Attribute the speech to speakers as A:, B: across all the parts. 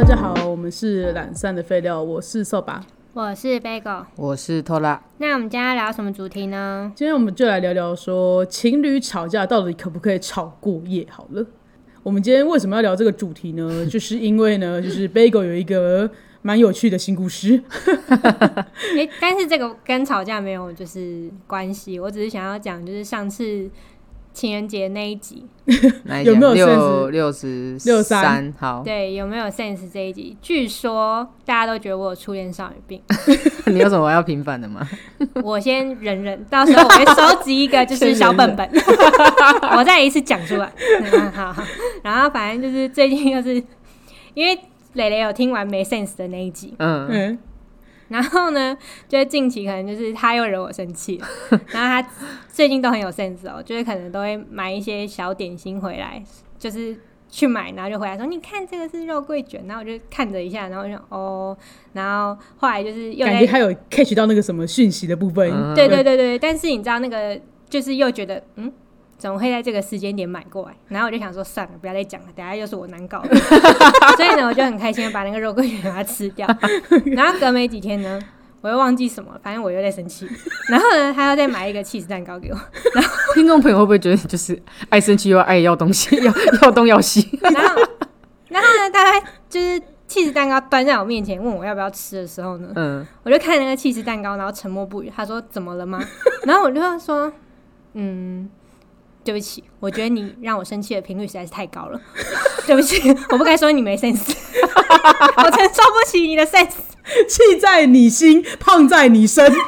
A: 大家好，我们是懒散的废料，我是扫把，
B: 我是 Bagel，
C: 我是拖拉。
B: 那我们今天要聊什么主题呢？
A: 今天我们就来聊聊说情侣吵架到底可不可以吵过夜好了。我们今天为什么要聊这个主题呢？就是因为呢，就是 Bagel 有一个蛮有趣的新故事。
B: 但是这个跟吵架没有就是关系，我只是想要讲就是上次情人节那一集
C: 有没有
A: 63
C: 好，
B: 对，有没有 sense 这一集？据说大家都觉得我有初恋少女病。
C: 你有什么要平反的吗？
B: 我先忍，到时候我会收集一个就是小本本，我再一次讲出来。好，然后反正就是最近就是因为蕾蕾有听完没 sense 的那一集，然后呢，就是近期可能就是他又惹我生气了，然后他最近都很有 sense 哦，就是可能都会买一些小点心回来，就是去买，然后就回来说你看这个是肉桂卷，然后我就看着一下，然后就哦，然后后来就是又
A: 感觉他有 catch 到那个什么讯息的部分，
B: 对，但是你知道那个就是又觉得怎么会在这个时间点买过来？然后我就想说算了，不要再讲了，等一下又是我难搞的。所以呢，我就很开心的把那个肉桂卷把它吃掉。然后隔没几天呢，我又忘记什么了，反正我又在生气。然后呢，他又再买一个起司蛋糕给我。然后
C: 听众朋友会不会觉得就是爱生气又爱要东西，要东要西？
B: 然后呢，大概就是起司蛋糕端在我面前，问我要不要吃的时候呢，我就看那个起司蛋糕，然后沉默不语。他说怎么了吗？然后我就说对不起，我觉得你让我生气的频率实在是太高了。对不起，我不该说你没 sense， 我承受不起你的 sense。
A: 气在你心，胖在你身。对，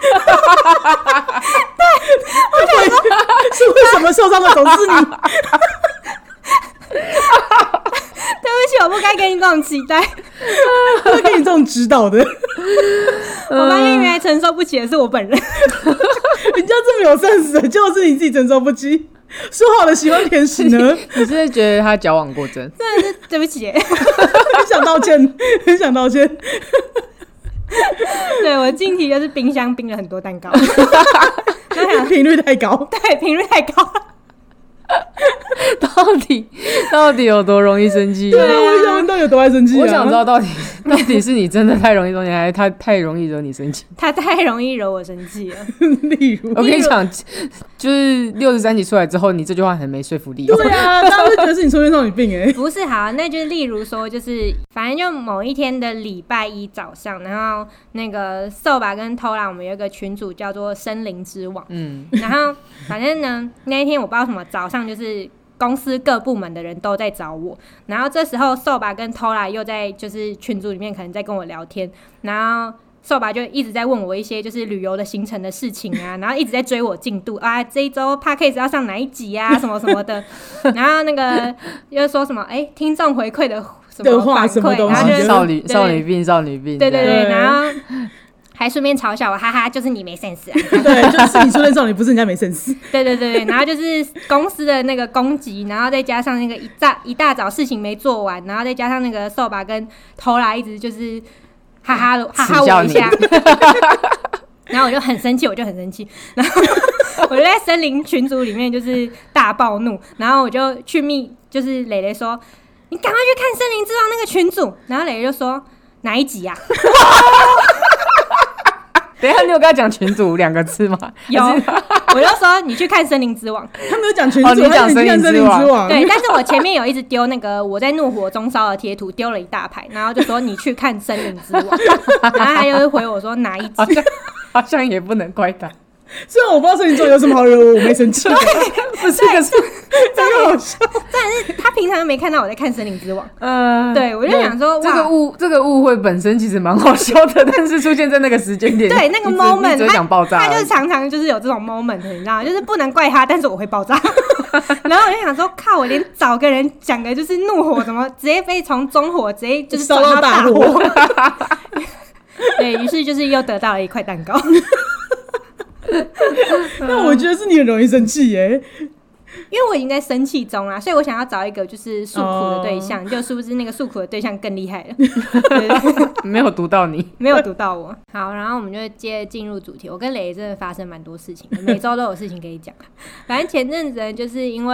A: 我想说，是为什么受伤的总是你？
B: 对不起，我不该给你这种期待，
A: 不该给你这种指导的。
B: 我发现原来承受不起的是我本人。
A: 人家这么有 sense 的，就是你自己承受不起。说好的喜欢甜食呢？
C: 你是不是觉得他矫枉过正？
B: 真的是对不起，
A: 很想道歉，很想道歉。
B: 对，我近期就是冰箱冰了很多蛋糕，
A: 频率太高，
B: 对，频率太高了。
C: 到底有多容易生气？
A: 对啊，我想问到底有多爱生气啊？
C: 我想知道到底是你真的太容易生气，还是他太容易惹你生气？
B: 他太容易惹我生气了。
A: 例如，
C: 我跟你讲，就是63集出来之后，你这句话很没说服力。
A: 对啊，大家都觉得是你初恋少女病
B: 不是，好，那就是例如说，就是反正就某一天的礼拜一早上，然后那个扫把跟偷懒，我们有一个群组叫做森林之王，然后反正呢那一天我不知道什么早上就是公司各部门的人都在找我，然后这时候扫把跟偷懒又在就是群组里面可能在跟我聊天，然后扫把就一直在问我一些就是旅游的行程的事情啊，然后一直在追我进度啊，这一周 Podcast 要上哪一集啊，什么什么的，然后那个又说什么听众回馈的什么反馈，然后就是
C: 少女病，
B: 对，然后还顺便嘲笑我，哈哈，就是你没 sense 啊！
A: 对，就是你初恋少女，不是人家没 sense。
B: 对，然后就是公司的那个攻击，然后再加上那个一大早事情没做完，然后再加上那个扫把跟偷拉一直就是哈哈我一下，然后我就很生气，然后我就在森林群组里面就是大暴怒，然后我就去密就是蕾蕾说，你赶快去看森林之王那个群组，然后蕾蕾就说哪一集啊？
C: 等一下，你有跟他讲群组2个字吗？
B: 有，我就说你去看森林之王。
A: 他没有讲群组，
C: 你讲森林之王。
B: 对，但是我前面有一直丢那个我在怒火中烧的贴图，丢了一大排，然后就说你去看森林之王，然后他又回我说哪一集？
C: 好像也不能怪他。
A: 虽然我不知道森林之王有什么好惹我没生气，
C: 不是，可是
A: 这个好笑。
B: 但是他平常没看到我在看森林之王，对，我就想说，
C: 这个误会本身其实蛮好笑的，但是出现在那个时间点，
B: 对那个 moment，
C: 他想爆炸，
B: 他就是常常就是有这种 moment， 你知道吗？就是不能怪他，但是我会爆炸。然后我就想说，靠，我连找个人讲的就是怒火，怎么直接被从中火直接就是
A: 烧到大火？
B: 对，于是就是又得到了一块蛋糕。
A: 那我觉得是你很容易生气耶，
B: 因为我已经在生气中啦，所以我想要找一个就是诉苦的对象，就是不是那个诉苦的对象更厉害了？对，
C: 没有读到你，
B: 没有读到我。好，然后我们就接着进入主题。我跟蕾蕾真的发生蛮多事情的，每周都有事情可以讲。反正前阵子就是因为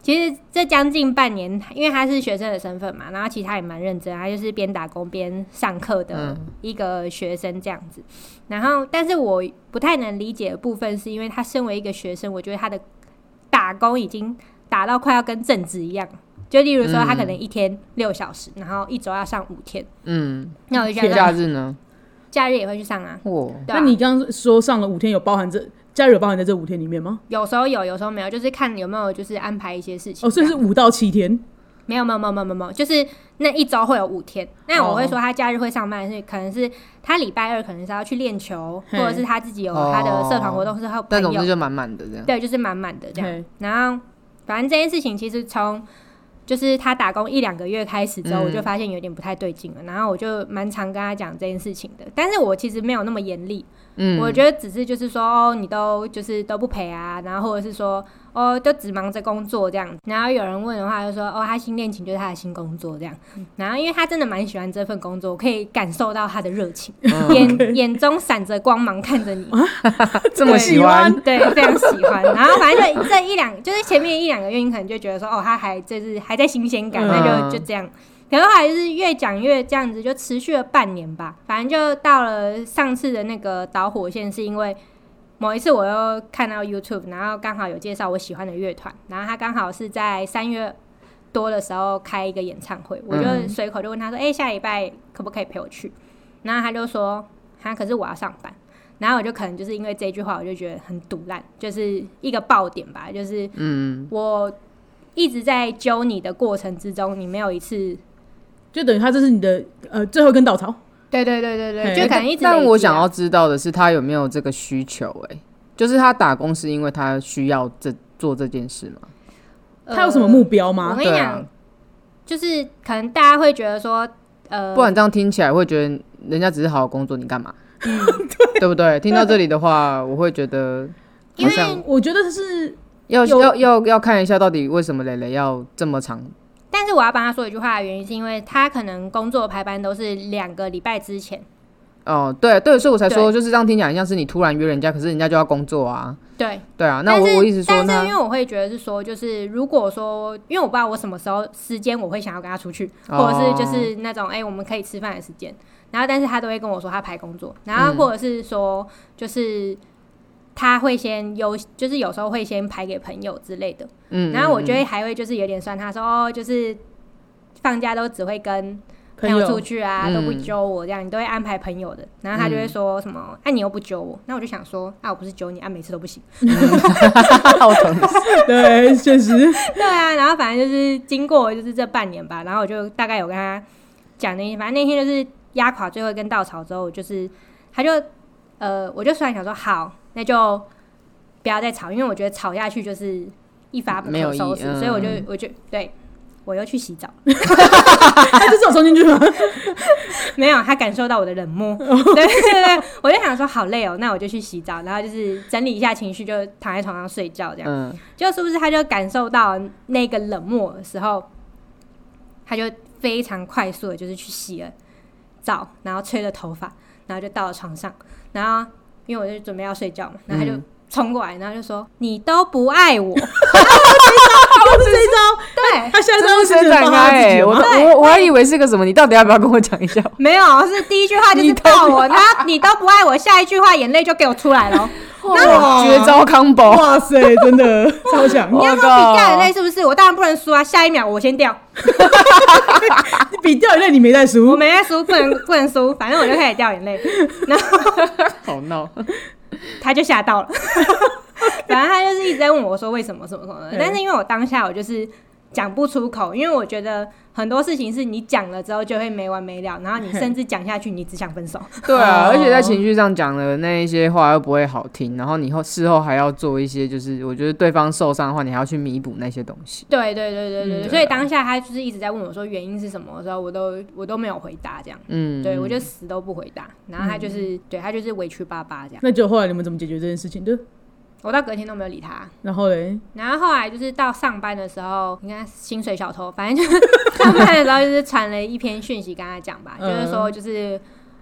B: 其实这将近半年，因为他是学生的身份嘛，然后其实他也蛮认真，他就是边打工边上课的一个学生这样子。然后，但是我不太能理解的部分，是因为他身为一个学生，我觉得他的打工已经打到快要跟正职一样。就例如说，他可能一天6小时，然后一周要上5天。那我就觉得
C: 假日呢？
B: 假日也会去上啊。
A: 那你刚刚说上了5天，有包含假日有包含在这5天里面吗？
B: 有时候有，有时候没有，就是看有没有就是安排一些事情。
A: 所以是5到7天。
B: 没有，就是那一周会有5天。那我会说他假日会上班是可能是他礼拜2可能是要去练球，或者是他自己有他的社团活动，是他有朋友，
C: 但总之就满满的这样。
B: 对，就是满满的这样。然后反正这件事情其实从就是他打工1-2个月开始之后，我就发现有点不太对劲了。然后我就蛮常跟他讲这件事情的，但是我其实没有那么严厉。我觉得只是就是说你都就是都不陪啊，然后或者是说都只忙着工作这样。然后有人问的话就说他新恋情就是他的新工作这样。然后因为他真的蛮喜欢这份工作，我可以感受到他的热情，眼中闪着光芒看着你，
C: 这么喜欢，
B: 对，非常喜欢。然后反正就这就是前面1-2个月，你可能就觉得说他还在新鲜感，那就这样。可是后来就是越讲越这样子，就持续了半年吧。反正就到了上次的那个导火线，是因为某一次我又看到 YouTube， 然后刚好有介绍我喜欢的乐团，然后他刚好是在3月多的时候开一个演唱会，我就随口就问他说：“下礼拜可不可以陪我去？”然后他就说：“可是我要上班。”然后我就可能就是因为这句话，我就觉得很堵烂，就是一个爆点吧。就是我一直在揪你的过程之中，你没有一次。
A: 就等于他这是你的最后一根稻草。
B: 对，就可能一直。
C: 但我想要知道的是，他有没有这个需求？就是他打工是因为他需要做这件事吗？
A: 他有什么目标吗？
B: 我跟你讲，就是可能大家会觉得说，
C: 不然这样听起来会觉得人家只是好好工作，你干嘛？对不对？听到这里的话，我会觉得，
A: 因为我觉得是
C: 要看一下到底为什么蕾蕾要这么长。
B: 但是我要帮他说一句话的原因，是因为他可能工作排班都是2个礼拜之前。
C: 对，所以我才说，就是这样听起来像是你突然约人家，可是人家就要工作啊。对啊，那我意思说，
B: 但是因为我会觉得是说，就是如果说，因为我不知道我什么时间我会想要跟他出去，或者是就是那种我们可以吃饭的时间，然后但是他都会跟我说他排工作，然后或者是说就是他会先就是有时候会先排给朋友之类的，然后我觉得还会就是有点酸他说就是放假都只会跟朋友出去啊，都不揪我这样，你都会安排朋友的，然后他就会说什么你又不揪我，那我就想说我不是揪你每次都不行。
C: 好疼。
A: 对，确实。
B: 对啊，然后反正就是经过就是这半年吧，然后我就大概有跟他讲那些，反正那天就是压垮最后一根稻草之后，就是他就我就突然想说好，那就不要再吵，因为我觉得吵下去就是一发不可收拾，所以我就对。我又去洗澡，
A: 他就走冲进去吗？
B: 没有，他感受到我的冷漠。对，我就想说好累那我就去洗澡，然后就是整理一下情绪，就躺在床上睡觉这样。就是不是他就感受到那个冷漠的时候，他就非常快速的就是去洗了澡，然后吹了头发，然后就到了床上，然后因为我就准备要睡觉嘛，然后他就冲过来，然后就说你都不爱我。
A: 这一招，
B: 对，
A: 他下一招
C: 是展开我还以为是个什么，你到底要不要跟我讲一下？
B: 没有，是第一句话就是抱我，你都不爱我，下一句话眼泪就给我出来了。
C: 哇，绝招 combo！
A: 哇塞，真的超强！
B: 你要不要比掉眼泪？是不是？我当然不能输啊！下一秒我先掉。
A: 你比掉眼泪，你没在输，
B: 我没在输，不能输，反正我就开始掉眼泪。然后
C: 好闹，
B: 他就吓到了。反正他就是一直在问我说为什么什么什么的，但是因为我当下我就是讲不出口，因为我觉得很多事情是你讲了之后就会没完没了，然后你甚至讲下去你只想分手。
C: 对啊，而且在情绪上讲了那一些话又不会好听，然后你事后还要做一些就是我觉得对方受伤的话，你还要去弥补那些东西。
B: 对，所以当下他就是一直在问我说原因是什么的时候，我都没有回答这样。对，我就死都不回答，然后他就是对他就是委屈巴巴这样。
A: 那就后来你们怎么解决这件事情的？
B: 我到隔天都没有理他。
A: 然后嘞？
B: 然后后来就是到上班的时候，你看薪水小偷，反正就是上班的时候就是传了一篇讯息跟他讲吧，就是说就是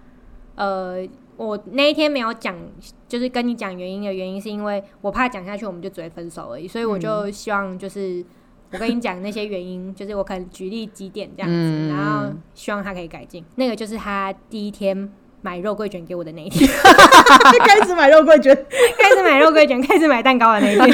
B: 我那一天没有讲，就是跟你讲原因的原因是因为我怕讲下去我们就只会分手而已，所以我就希望就是我跟你讲那些原因，就是我可能举例几点这样子，然后希望他可以改进。那个就是他第一天买肉桂卷给我的那一天，
A: 开始买肉桂卷，
B: 开始买肉桂卷，开始买蛋糕的那一天。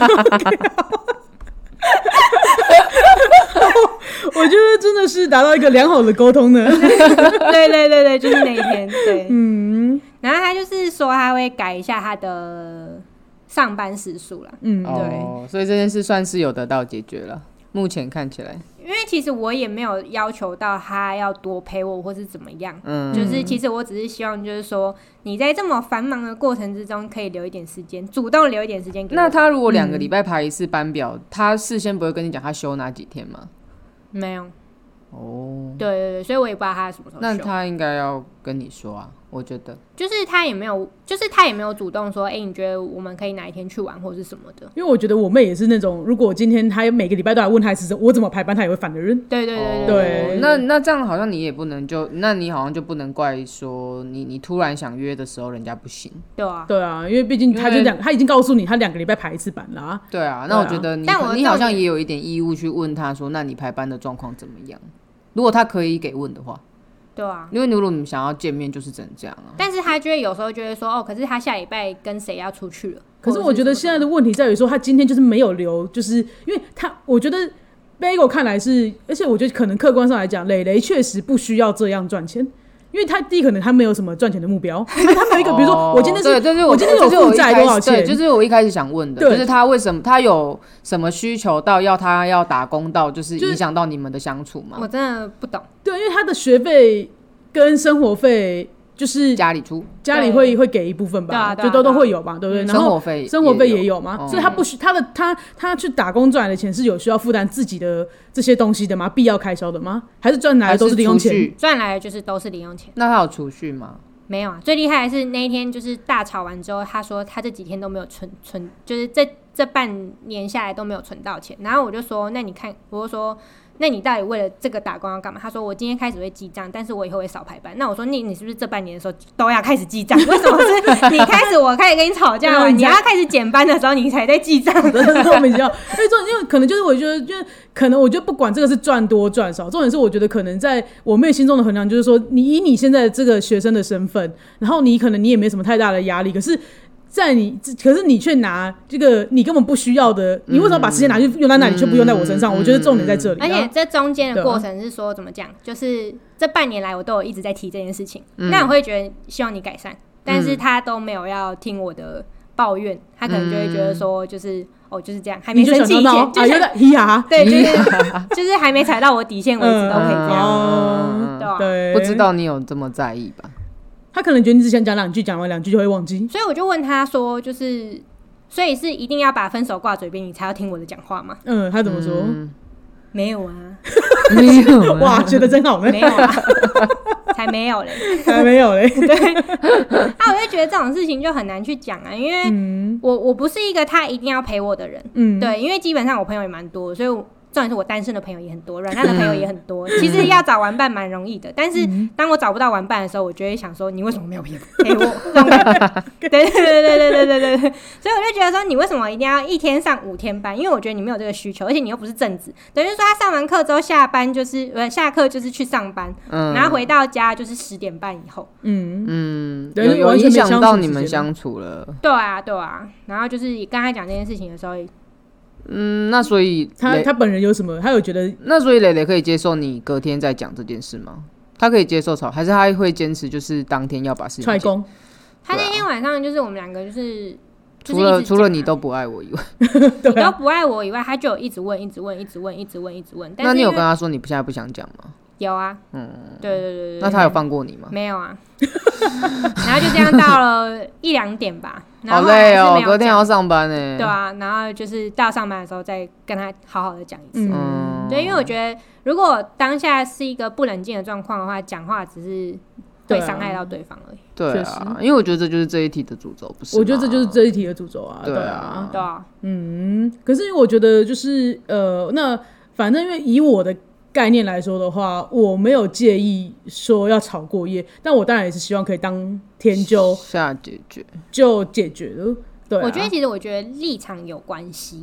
A: 我觉得真的是达到一个良好的沟通呢。
B: 对，就是那一天。对，然后他就是说他会改一下他的上班时数啦。对，
C: 所以这件事算是有得到解决了。目前看起来，
B: 因为其实我也没有要求到他要多陪我或是怎么样，就是其实我只是希望就是说你在这么繁忙的过程之中可以留一点时间，主动留一点时间给我。
C: 那他如果2个礼拜排一次班表，他事先不会跟你讲他休哪几天吗？
B: 没有。对，所以我也不知道他什么时候休。
C: 那他应该要跟你说啊，我觉得。
B: 就是他也没有主动说，你觉得我们可以哪一天去玩或是什么的。
A: 因为我觉得我妹也是那种，如果今天她每个礼拜都来问她一次我怎么排班，她也会烦的人。
B: 对。
C: 那这样好像你也不能那你好像就不能怪说你突然想约的时候人家不行。
B: 对啊，
A: 因为毕竟她已经告诉你她2个礼拜排一次班啦。
C: 对啊，那我觉得你好像也有一点义务去问她说，那你排班的状况怎么样？如果他可以给问的话，
B: 对啊，
C: 因为如果你们想要见面，就是只能这样啊。
B: 但是他就会有时候就会说，可是他下礼拜跟谁要出去了。
A: 可是我觉得现在的问题在于说，他今天就是没有留，就是因为我觉得 Bagel 看来是，而且我觉得可能客观上来讲，蕾蕾确实不需要这样赚钱。因为他第一可能他没有什么赚钱的目标，他没有一个比如说我今天我今天有负债多少钱，
C: 对，就是我一开始想问的，就是他为什么他有什么需求到他要打工到就是影响到你们的相处吗？
B: 我真的不懂。
A: 对，因为他的学费跟生活费就是家里会给一部分吧，就都会有吧，对不对？然后生活费也有嘛，所以他不需他去打工赚来的钱是有需要负担自己的这些东西的吗？必要开销的吗？还是赚来的都是零用钱？
B: 赚来的就是都是零用钱。
C: 那他有储蓄吗？
B: 没有啊。最厉害的是那一天就是大吵完之后，他说他这几天都没有存，就是这半年下来都没有存到钱。然后我就说，那你看，我就说。那你到底为了这个打工要干嘛？他说我今天开始会记账，但是我以后会少排班。那我说你是不是这半年的时候都要开始记账？为什么是你开始我开始跟你吵架完，你要开始减班的时候你才在记账？
A: 莫名其妙。因为可能就是我觉得，就是可能我觉得不管这个是赚多赚少，重点是我觉得可能在我妹心中的衡量就是说，你以你现在这个学生的身份，然后你可能你也没什么太大的压力，可是你却拿这个你根本不需要的，你为什么把时间拿去用在那里，却不用在我身上？我觉得重点在这里。
B: 而且这中间的过程是说怎么讲，就是这半年来我都有一直在提这件事情，那我会觉得希望你改善，但是他都没有要听我的抱怨，他可能就会觉得说就是就是这样，还没生气以前就
A: 有点呀，
B: 对，就是还没踩到我底线为止都可以这样，
A: 对，
C: 不知道你有这么在意吧？
A: 他可能觉得你只想讲2句，讲完2句就会忘记，
B: 所以我就问他说，就是所以是一定要把分手挂嘴边，你才要听我的讲话吗？
A: 他怎么说？
B: 没有啊，
C: 没有啊，
A: 哇，觉得真好，
B: 没有啊，才没有嘞，
A: 还没有嘞，
B: 对，我就觉得这种事情就很难去讲啊，因为我不是一个他一定要陪我的人，对，因为基本上我朋友也蛮多，所以重点是我单身的朋友也很多，软烂的朋友也很多。其实要找玩伴蛮容易的，但是当我找不到玩伴的时候，我就会想说，你为什么没有陪我？对，所以我就觉得说，你为什么一定要一天上5天班？因为我觉得你没有这个需求，而且你又不是正职，等于说他上完课之后下班就是下课就是去上班，然后回到家就是10点半以后。
C: 有影响到你们相处了。
B: 对啊，然后就是跟他讲这件事情的时候。
C: 那所以
A: 他本人有什么？他有觉得？
C: 那所以蕾蕾可以接受你隔天再讲这件事吗？他可以接受吵，还是他会坚持就是当天要把事情
A: 踹公？
B: 他那天晚上就是我们2个就是
C: 除了你都不爱我以外，
B: 你都不爱我以外，他就有一直问。
C: 那你有跟他说你现在不想讲吗？
B: 有啊，对。
C: 那他有放过你吗？
B: 没有啊。然后就这样到了1-2点吧，
C: 好累哦，隔天要上班哎。
B: 对啊，然后就是到上班的时候再跟他好好的讲一次。对，因为我觉得如果当下是一个不冷静的状况的话，讲话只是会伤害到对方而已。
C: 对啊，因为我觉得这就是这一题的主轴，不是吗？
A: 我觉得这就是这一题的主轴啊。对啊。可是因为我觉得就是那反正因为以我的概念来说的话，我没有介意说要吵过夜，但我当然也是希望可以当天
C: 下解决
A: 就解决了。对、啊，
B: 我觉得其实立场有关系耶。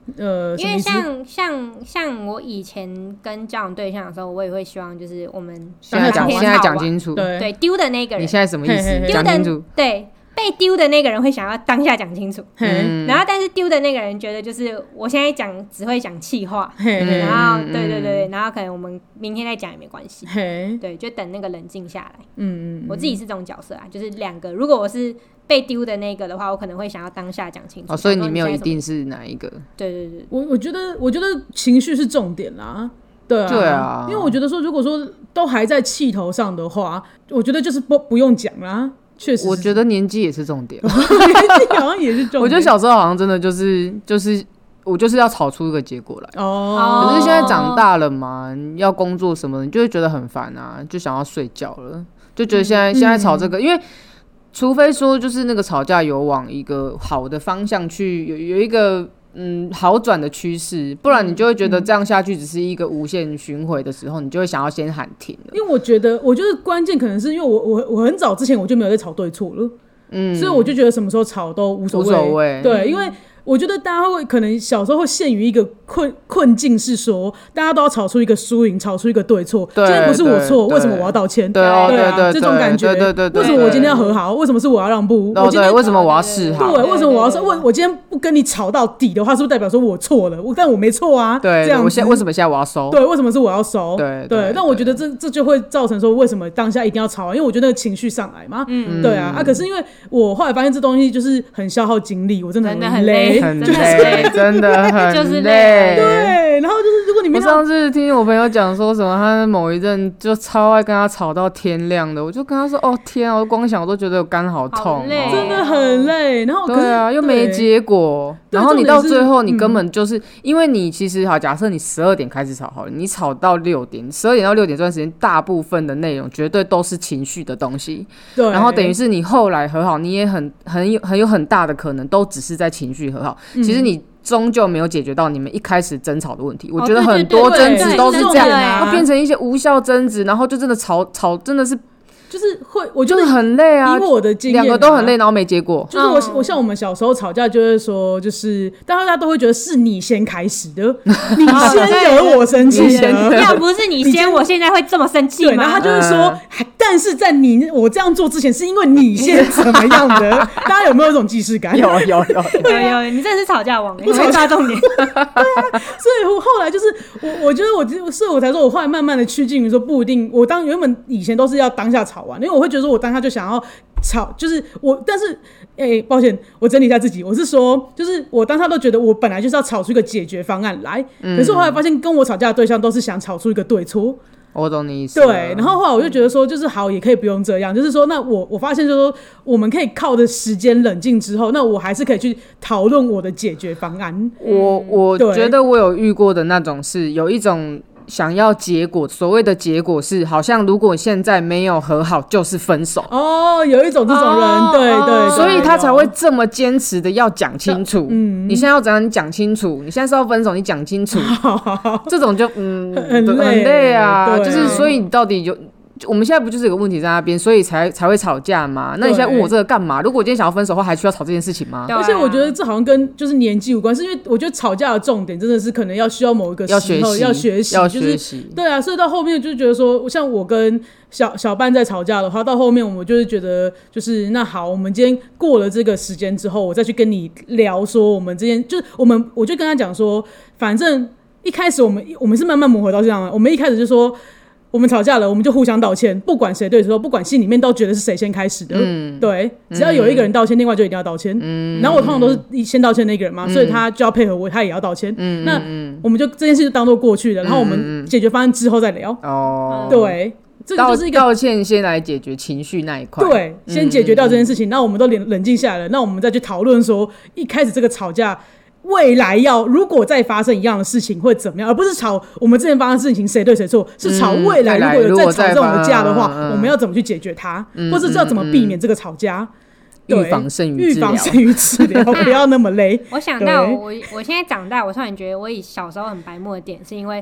B: 因为像我以前跟交往对象的时候，我也会希望就是我们
C: 现在讲清楚，
B: 对丢的那个人，
C: 你现在什么意思？讲清楚，
B: 对。被丢的那个人会想要当下讲清楚，然后但是丢的那个人觉得就是我现在讲只会讲气话，然后对，然后可能我们明天再讲也没关系，对，就等那个冷静下来。我自己是这种角色啊，就是两个，如果我是被丢的那个的话，我可能会想要当下讲清楚。
C: 所以你没有一定是哪一个？
B: 对，
A: 我觉得情绪是重点啦。对啊，因为我觉得说，如果说都还在气头上的话，我觉得就是不用讲啦。确实，
C: 我觉得年纪也是重点，
A: 年纪好像也是重点。
C: 我觉得小时候好像真的就是我就是要吵出一个结果来。可是现在长大了嘛，要工作什么，你就会觉得很烦啊，就想要睡觉了，就觉得现在吵这个，因为除非说就是那个吵架有往一个好的方向去，有一个好转的趋势，不然你就会觉得这样下去只是一个无限循环的时候，你就会想要先喊停了。
A: 因为我觉得关键可能是因为我很早之前我就没有在吵对错了，所以我就觉得什么时候吵都无所谓。对，因为我觉得大家可能小时候会陷于一个困境，是说大家都要吵出一个输赢，吵出一个对错。今天不是我错，为什么我要道歉？对啊，这种感觉。对，为什么我今天要和好？为什么是我要让步？
C: 为什么我要示好？
A: 对，为什么我要说？我今天不跟你吵到底的话，是不是代表说我错了？但我没错啊。
C: 对，
A: 这样子
C: 为什么现在我要收？
A: 对，为什么是我要收？
C: 对。
A: 但我觉得这就会造成说，为什么当下一定要吵啊？因为我觉得那个情绪上来嘛。对啊。可是因为我后来发现这东西就是很消耗精力，我真的很累，
C: 很累。真的很累，
A: 对。然后就是如果你
C: 我上次听我朋友讲说什么，他某一阵就超爱跟他吵到天亮的，我就跟他说：“哦天啊，我光想我都觉得我肝好痛，
A: 真的很累。”然后
C: 对啊，又没结果，然后你到最后你根本就是因为你其实好，假设你12点开始吵好了，你吵到6点，12点到6点这段时间，大部分的内容绝对都是情绪的东西。对，然后等于是你后来和好，你也很有很大的可能都只是在情绪和好，其实你终究没有解决到你们一开始争吵的问题。我觉得很多争执都是这样，会变成一些无效争执，然后就真的吵真的是。
A: 就是我觉得
C: 很累啊，
A: 以我的经验
C: 两个都很累，然后没结果。
A: 就是我像我们小时候吵架，就会说，就是大家都会觉得是你先开始的，你先惹我生气的，
B: 要不是你先，我现在会这么生气吗？
A: 然后他就会说，但是在我这样做之前，是因为你先怎么样的？大家有没有这种既视感？
C: 有，
B: 你真的是吵架王，你会抓重点。对
A: 啊，所以我后来就是我觉得所以我才说，我后来慢慢的趋近于说，不一定，我原本以前都是要当下吵。因为我会觉得说我当下就想要吵，就是但是抱歉，我整理一下自己，我是说就是我当下都觉得我本来就是要吵出一个解决方案来，可是我后来发现跟我吵架的对象都是想吵出一个对错。
C: 我懂你意思。
A: 对，然后后来我就觉得说，就是好，也可以不用这样，就是说，那我发现就是说，我们可以靠着时间冷静之后，那我还是可以去讨论我的解决方案。
C: 我觉得我有遇过的那种是有一种。想要结果，所谓的结果是，好像如果现在没有和好，就是分手。有一种这种人，对，所以他才会这么坚持的要讲清楚。你现在要怎样？你讲清楚。你现在是要分手，你讲清楚。这种就很累啊。就是所以你到底我们现在不就是有个问题在那边，所以才会吵架嘛？那你现在问我这个干嘛？如果我今天想要分手的话，还需要吵这件事情吗？
A: 而且我觉得这好像跟就是年纪无关，是因为我觉得吵架的重点真的是可能需要某一个时候要学习，就是对啊，所以到后面就觉得说，像我跟小班在吵架的话，到后面我们就是觉得就是那好，我们今天过了这个时间之后，我再去跟你聊说我们之间就是我就跟他讲说，反正一开始我们是慢慢磨合到这样的，我们一开始就说。我们吵架了，我们就互相道歉，不管谁对谁错，不管心里面都觉得是谁先开始的，对，只要有一个人道歉，另外就一定要道歉。然后我通常都是先道歉那个人嘛，所以他就要配合我，他也要道歉。那我们就这件事就当做过去了，然后我们解决方案之后再聊。对，这个就是一个
C: 道歉先来解决情绪那一块。
A: 对，先解决掉这件事情，那我们都冷静下来了，那我们再去讨论说，一开始这个吵架。未来如果再发生一样的事情会怎么样，而不是吵我们之前发生的事情谁对谁错，是吵未来如果有再吵这种的架的话，我们要怎么去解决它，或是要怎么避免这个吵架。
C: 预防胜于
A: 治疗，不要那么累。
B: 我想到我现在长大，我突然觉得我以小时候很白目的点，是因为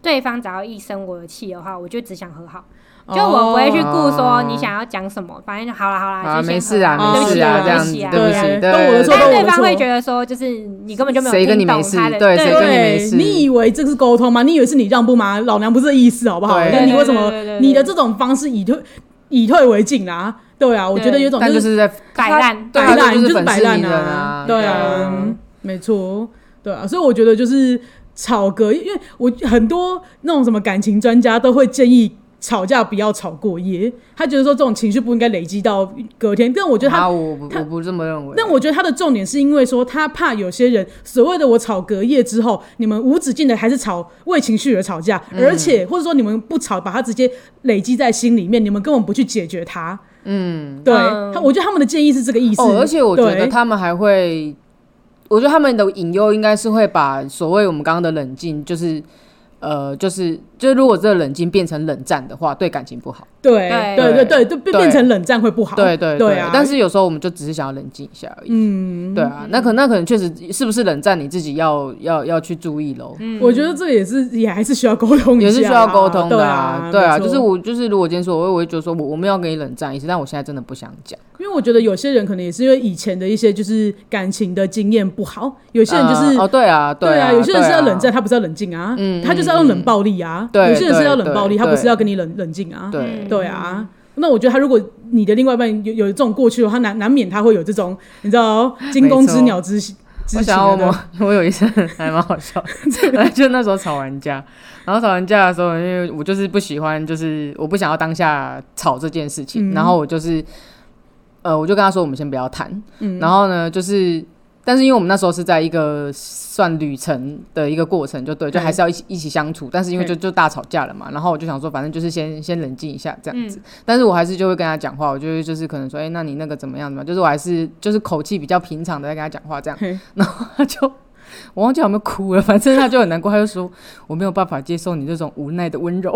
B: 对方只要一生我的气的话，我就只想和好。就我不会去顾说你想要讲什么，反正就好啦，就
C: 没事啊，没事啊，这样子，对不起，
A: 都我的错，
B: 但对方会觉得说，就是你根本就没有听懂他的，
C: 对，谁跟你没事？
A: 你以为这是沟通吗？你以为是你让步吗？老娘不是这意思，好不好？那你为什么你的这种方式以退为进啦？对啊，我觉得有种
C: 就是在
B: 摆烂，
A: 就是摆烂啊，对啊，没错，对啊，所以我觉得就是吵隔夜，因为我很多那种什么感情专家都会建议吵架不要吵过夜，他觉得说这种情绪不应该累积到隔天。但我觉得
C: 我不这么认为。
A: 但我觉得他的重点是因为说他怕有些人所谓的我吵隔夜之后，你们无止境的还是吵为情绪而吵架，而且或者说你们不吵，把它直接累积在心里面，你们根本不去解决它。对，我觉得他们的建议是这个意思。
C: 而且我觉得他们还会，我觉得他们的隐忧应该是会把所谓我们刚刚的冷静，就是如果这个冷静变成冷战的话，对感情不好。对，变成冷战会不好。对啊。但是有时候我们就只是想要冷静一下而已。对啊，那可能确实是不是冷战，你自己要去注意咯。
A: 我觉得这也还是需要沟通一下，
C: 也是需要沟通的啊。对啊，就是如果今天说我会觉得说我没有跟你冷战意思，但我现在真的不想讲。
A: 因为我觉得有些人可能也是因为以前的一些就是感情的经验不好，有些人就是
C: 对啊，
A: 有些人是要冷战，他不是要冷静啊，他就是要用冷暴力啊。有些人是要冷暴力，他不是要跟你冷静啊。对啊，那我觉得他如果你的另外一半有这种过去的话，他难免他会有这种你知道惊弓之鸟之情。
C: 我有一次还蛮好笑的，就那时候吵完架，然后吵完架的时候，因为我就是不喜欢，就是我不想要当下吵这件事情，然后我就是我就跟他说我们先不要谈，然后呢就是但是因为我们那时候是在一个算旅程的一个过程，就还是要一起相处，但是因为就大吵架了嘛，然后我就想说反正就是先冷静一下这样子，但是我还是就会跟他讲话，我就是可能说那你那个怎么样嘛，就是我还是就是口气比较平常的在跟他讲话这样，然后他就我忘记有没有哭了，反正他就很难过，他就说我没有办法接受你这种无奈的温柔。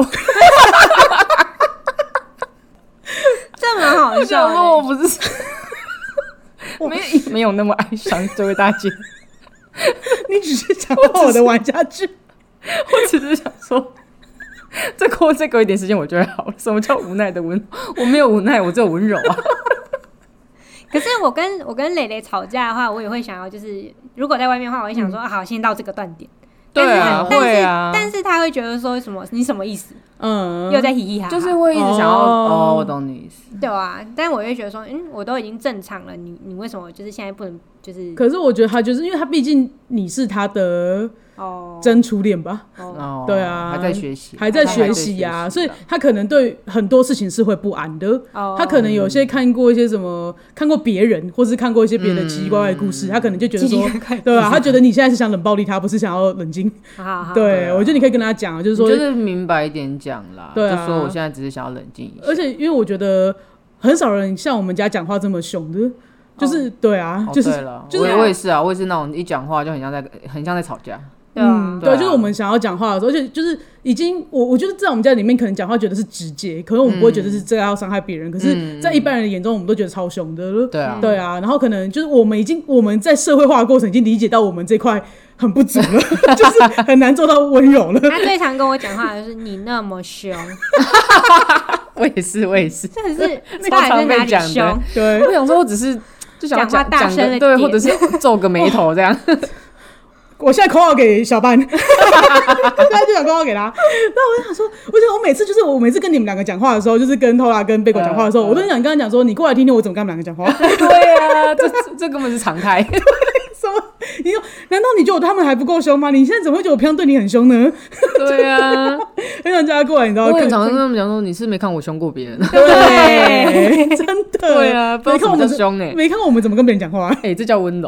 B: 这蛮好笑的。
C: 我不是没有那么哀伤，这位大姐。
A: 你只是想好好的玩下去。
C: 我只是想说，再给我一点时间，我就会好了。什么叫无奈的温柔？我没有无奈，我只有温柔啊。
B: 可是我跟蕾蕾吵架的话，我也会想要，就是如果在外面的话，我会想说，好，先到这个断点。
C: 对啊，会啊。
B: 但是他会觉得说什么？你什么意思？又在嘻嘻哈哈，
C: 就是会一直想要我懂你意思。
B: 对啊，但我会觉得说，我都已经正常了，你为什么就是现在不能就是？
A: 可是我觉得他就是因为他毕竟你是他的真初恋吧？对啊，
C: 还在学习，
A: 还在学习啊，所以他可能对很多事情是会不安的。他可能有些看过一些什么，看过别人，或是看过一些别的奇奇怪怪的故事，他可能就觉得说，对吧？他觉得你现在是想冷暴力他，不是想要冷静。对，我觉得你可以跟他讲，就是说，
C: 就是明白一点讲啦，就说我现在只是想要冷静一下。
A: 而且因为我觉得很少人像我们家讲话这么凶的。就是对啊，就是
C: 我也是啊，我也是那种一讲话就很像在吵架。
A: 对，就是我们想要讲话的时候，而且就是已经我觉得在我们家里面可能讲话觉得是直接，可能我们不会觉得是这样要伤害别人，可是在一般人的眼中我们都觉得超凶的了。对啊，然后可能就是我们在社会化的过程已经理解到我们这块很不足了，就是很难做到温柔了。
B: 他最常跟我讲话的就是你那么凶。
C: 我也是，
B: 真的是
C: 超常被讲的。
A: 对，
C: 我想说，我只是就想要
B: 讲话大声了，
C: 对，或者是皱个眉头这样。
A: 我现在口号给小班，现在就想口号给他。那我想说，我每次跟你们两个讲话的时候，就是跟偷拉跟贝果讲话的时候，我都想跟他讲说，你过来听听我怎么跟他们两个讲话。
C: 对啊，这根本是常态。
A: 什么？你说难道你觉得他们还不够凶吗？你现在怎么会觉得我平常对你很凶呢？
C: 对啊，
A: 很想叫他过来，你知道吗？
C: 我很常跟他们讲说，你是没看我凶过别人。
A: 对，真的。
C: 对啊，不知道什么叫凶
A: 没看过我们怎么跟别人讲话。
C: 这叫温柔。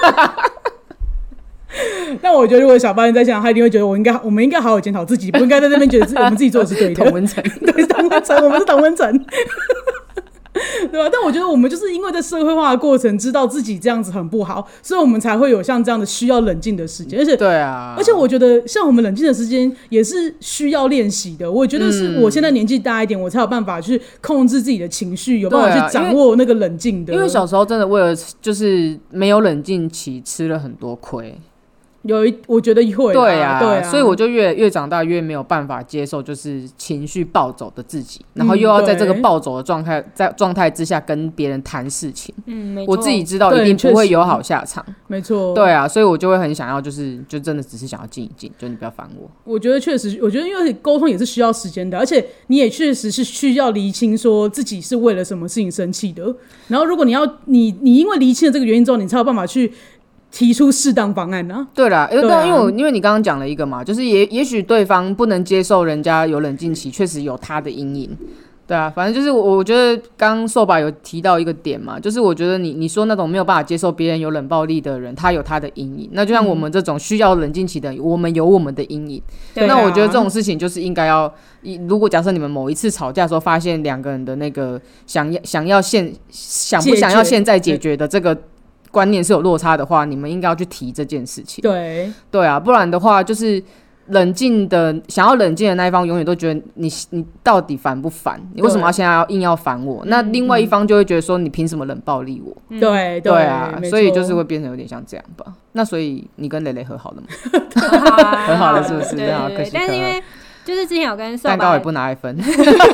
A: 但我觉得如果小班在想，他一定会觉得我们应该好好检讨自己，不应该在那边觉得我们自己做的是对的。
C: 同温层。
A: 对，同温层，我们是同温层。对吧？但我觉得我们就是因为在社会化的过程知道自己这样子很不好，所以我们才会有像这样的需要冷静的时间。而且
C: 对啊，
A: 而且我觉得像我们冷静的时间也是需要练习的。我觉得是我现在年纪大一点，我才有办法去控制自己的情绪，有办法去掌握那个冷静的。
C: 因为小时候真的为了就是没有冷静期吃了很多亏。
A: 我觉得会。
C: 对啊，所以我就越长大越没有办法接受就是情绪暴走的自己，然后又要在这个暴走的状态之下跟别人谈事情。我自己知道一定不会有好下场。
A: 没错。
C: 对啊，所以我就会很想要就真的只是想要静一静，就你不要烦我。
A: 我觉得确实，我觉得因为沟通也是需要时间的，而且你也确实是需要厘清说自己是为了什么事情生气的。然后如果你因为厘清了这个原因之后，你才有办法去提出适当方案啊。
C: 对啦，因为你刚刚讲了一个嘛，就是也许对方不能接受人家有冷静期，确实有他的阴影。对啊，反正就是我觉得刚刚瘦吧有提到一个点嘛，就是我觉得你说那种没有办法接受别人有冷暴力的人，他有他的阴影。那就像我们这种需要冷静期的人，我们有我们的阴影。那我觉得这种事情就是应该要，如果假设你们某一次吵架的时候发现两个人的那个想不想要现在解决的这个观念是有落差的话，你们应该要去提这件事情。对啊，不然的话就是想要冷静的那一方永远都觉得你到底烦不烦？你为什么现在硬要烦我？那另外一方就会觉得说你凭什么冷暴力我？
A: 对
C: 啊，所以就是会变成有点像这样吧。那所以你跟蕾蕾和好了吗？和好了是不是？
B: 对，但是因为就是之前有跟瘦吧
C: 蛋糕也不拿来分，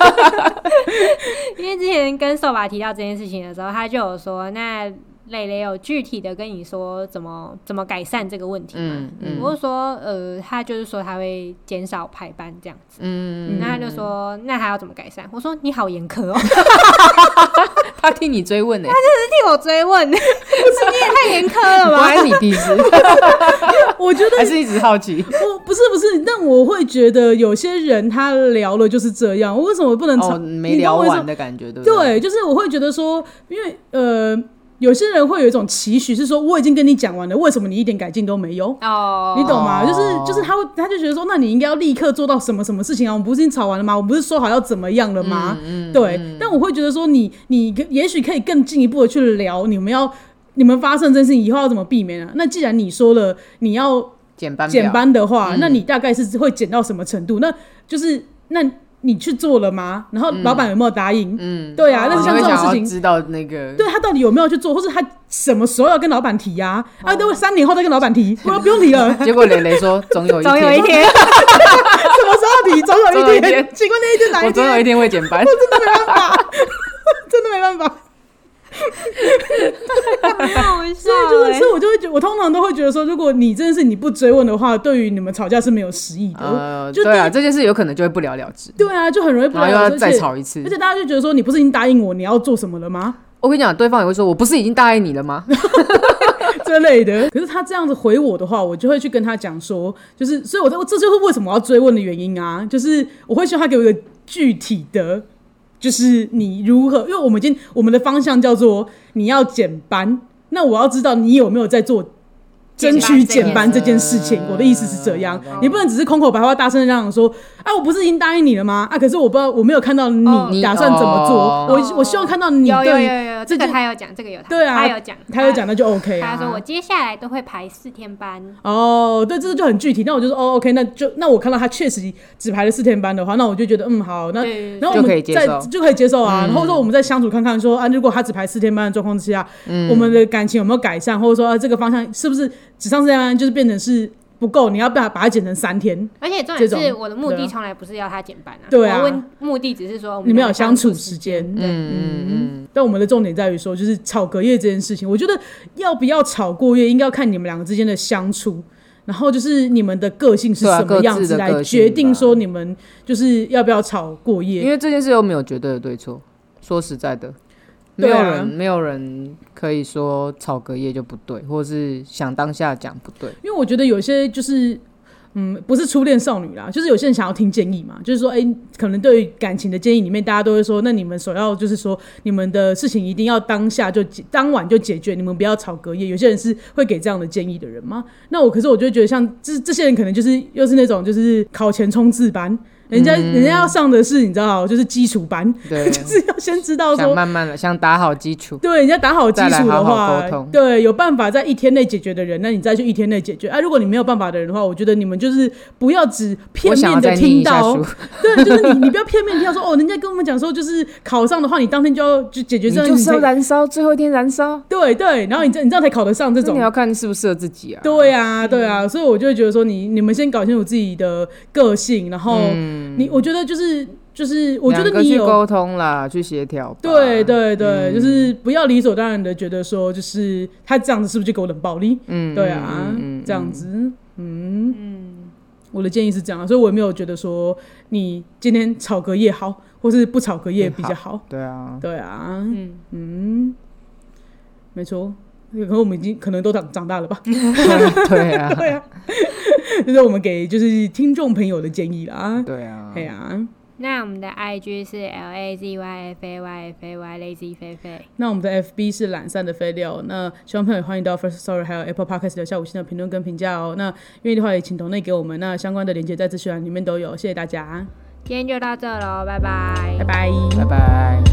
B: 因为之前跟瘦吧提到这件事情的时候，他就有说那蕾蕾有具体的跟你说怎么改善这个问题吗？我就说他就是说他会减少排班这样子。那他就说那还要怎么改善？我说你好严苛哦。
C: 他替你追问他
B: 真的是替我追问，不是你也太严苛了吧？
C: 关你屁事。
A: 我觉得
C: 还是一直好奇。
A: 不是，但我会觉得有些人他聊了就是这样，我为什么不能
C: 没聊完的感觉？对不对？
A: 对，就是我会觉得说，因为有些人会有一种期许，是说我已经跟你讲完了，为什么你一点改进都没有？你懂吗？就是他就觉得说，那你应该要立刻做到什么什么事情啊？我们不是已经吵完了吗？我们不是说好要怎么样了吗？对。但我会觉得说，你也许可以更进一步的去聊，你们发生这件事情以后要怎么避免啊？那既然你说了你要减班的话，那你大概是会减到什么程度？那就是你去做了吗？然后老板有没有答应？对啊，那像这种事情，
C: 知道那个对
A: 他到底有没有去做，或是他什么时候要跟老板提啊？都3年后再跟老板提，不用提了。
C: 结果蕾蕾说总有一天，
A: 什么时候提？总有一天。请问那一天哪一天？
C: 我总有一天会减班。
A: 我真的没办法，真的没办法。所以我就会觉得，我通常都会觉得说，如果你这件事你不追问的话，对于你们吵架是没有实益的。
C: 对啊，这件事有可能就会不了了之。
A: 对啊，就很容易不了了之，
C: 然后又要再吵一次。
A: 而且大家就觉得说，你不是已经答应我你要做什么了吗？
C: 我跟你讲，对方也会说，我不是已经答应你了吗？
A: 这类的。可是他这样子回我的话，我就会去跟他讲说，就是所以这就是为什么我要追问的原因啊，就是我会希望他给我一个具体的。就是你如何，因为我们的方向叫做你要减班，那我要知道你有没有在做争取减班这件事情。我的意思是这样，你不能只是空口白话大声的让人说我不是已经答应你了吗？可是我不知道，我没有看到你打算怎么做。我希望看到你对
B: 有这个他有讲，这个有
A: 对啊，他有讲那就 OK 啊。
B: 他说我接下来都会排4天班。
A: 对，这就很具体。那我就说OK，那我看到他确实只排了4天班的话，那我就觉得好，那然后我们就可以接受啊。然后说我们再相处看看说如果他只排4天班的状况之下，我们的感情有没有改善，或者说这个方向是不是只上4天班就是变成是不够，你要把它减成3天。
B: 而且重点是我的目的从来不是要他减班啊，
A: 对啊，
B: 我目的只是说
A: 你们有相处时间。但我们的重点在于说，就是吵隔夜这件事情，我觉得要不要吵过夜，应该要看你们两个之间的相处，然后就是你们的个性是什么样子来决定说你们就是要不要吵过夜。
C: 因为这件事又没有绝对的对错，说实在的。没有人可以说吵隔夜就不对，或是想当下讲不对。
A: 因为我觉得有些就是不是初恋少女啦，就是有些人想要听建议嘛，就是说可能对于感情的建议里面，大家都会说，那你们首要就是说你们的事情一定要当晚就解决，你们不要吵隔夜。有些人是会给这样的建议的人嘛。可是我就觉得像这些人可能就是又是那种就是考前冲刺班。 人家要上的是你知道，就是基础班，
C: 对，
A: 就是要先知道说，
C: 想慢慢的，想打好基础。
A: 对，人家打好基础的话，
C: 再来好好沟通。
A: 对，有办法在1天内解决的人，那你再去1天内解决。如果你没有办法的人的话，我觉得你们就是不要只片面的听到，对，就是你不要片面听到说人家跟我们讲说，就是考上的话，你当天就要就解决这样，
C: 你就是要燃烧，最后一天燃烧。
A: 对对，然后你这样才考得上这种。
C: 你要看适不适合自己啊。
A: 对啊，对啊，所以我就会觉得说你们先搞清楚自己的个性，然后我觉得就是我觉得你有
C: 去沟通啦，去协调。
A: 对对对，就是不要理所当然的觉得说，就是他这样子是不是就给我冷暴力？对啊，这样子，我的建议是这样，所以我也没有觉得说你今天吵隔夜好，或是不吵隔夜比较好。
C: 对啊，
A: 对啊，没错。可能我们已经可能都长大了吧？
C: 对啊，
A: 对啊，这是我们给就是听众朋友的建议啦。
C: 对啊，
A: 对啊。
B: 那我们的 IG 是 LAZYFAYFAY lazy 菲菲。
A: 那我们的 FB 是懒散的废料。那希望朋友欢迎到 First Story 还有 Apple Podcast 留下5星的评论跟评价哦。那愿意的话也请抖内给我们，那相关的连结在资讯栏里面都有。谢谢大家，
B: 今天就到这咯，拜拜，
A: 拜拜，
C: 拜拜。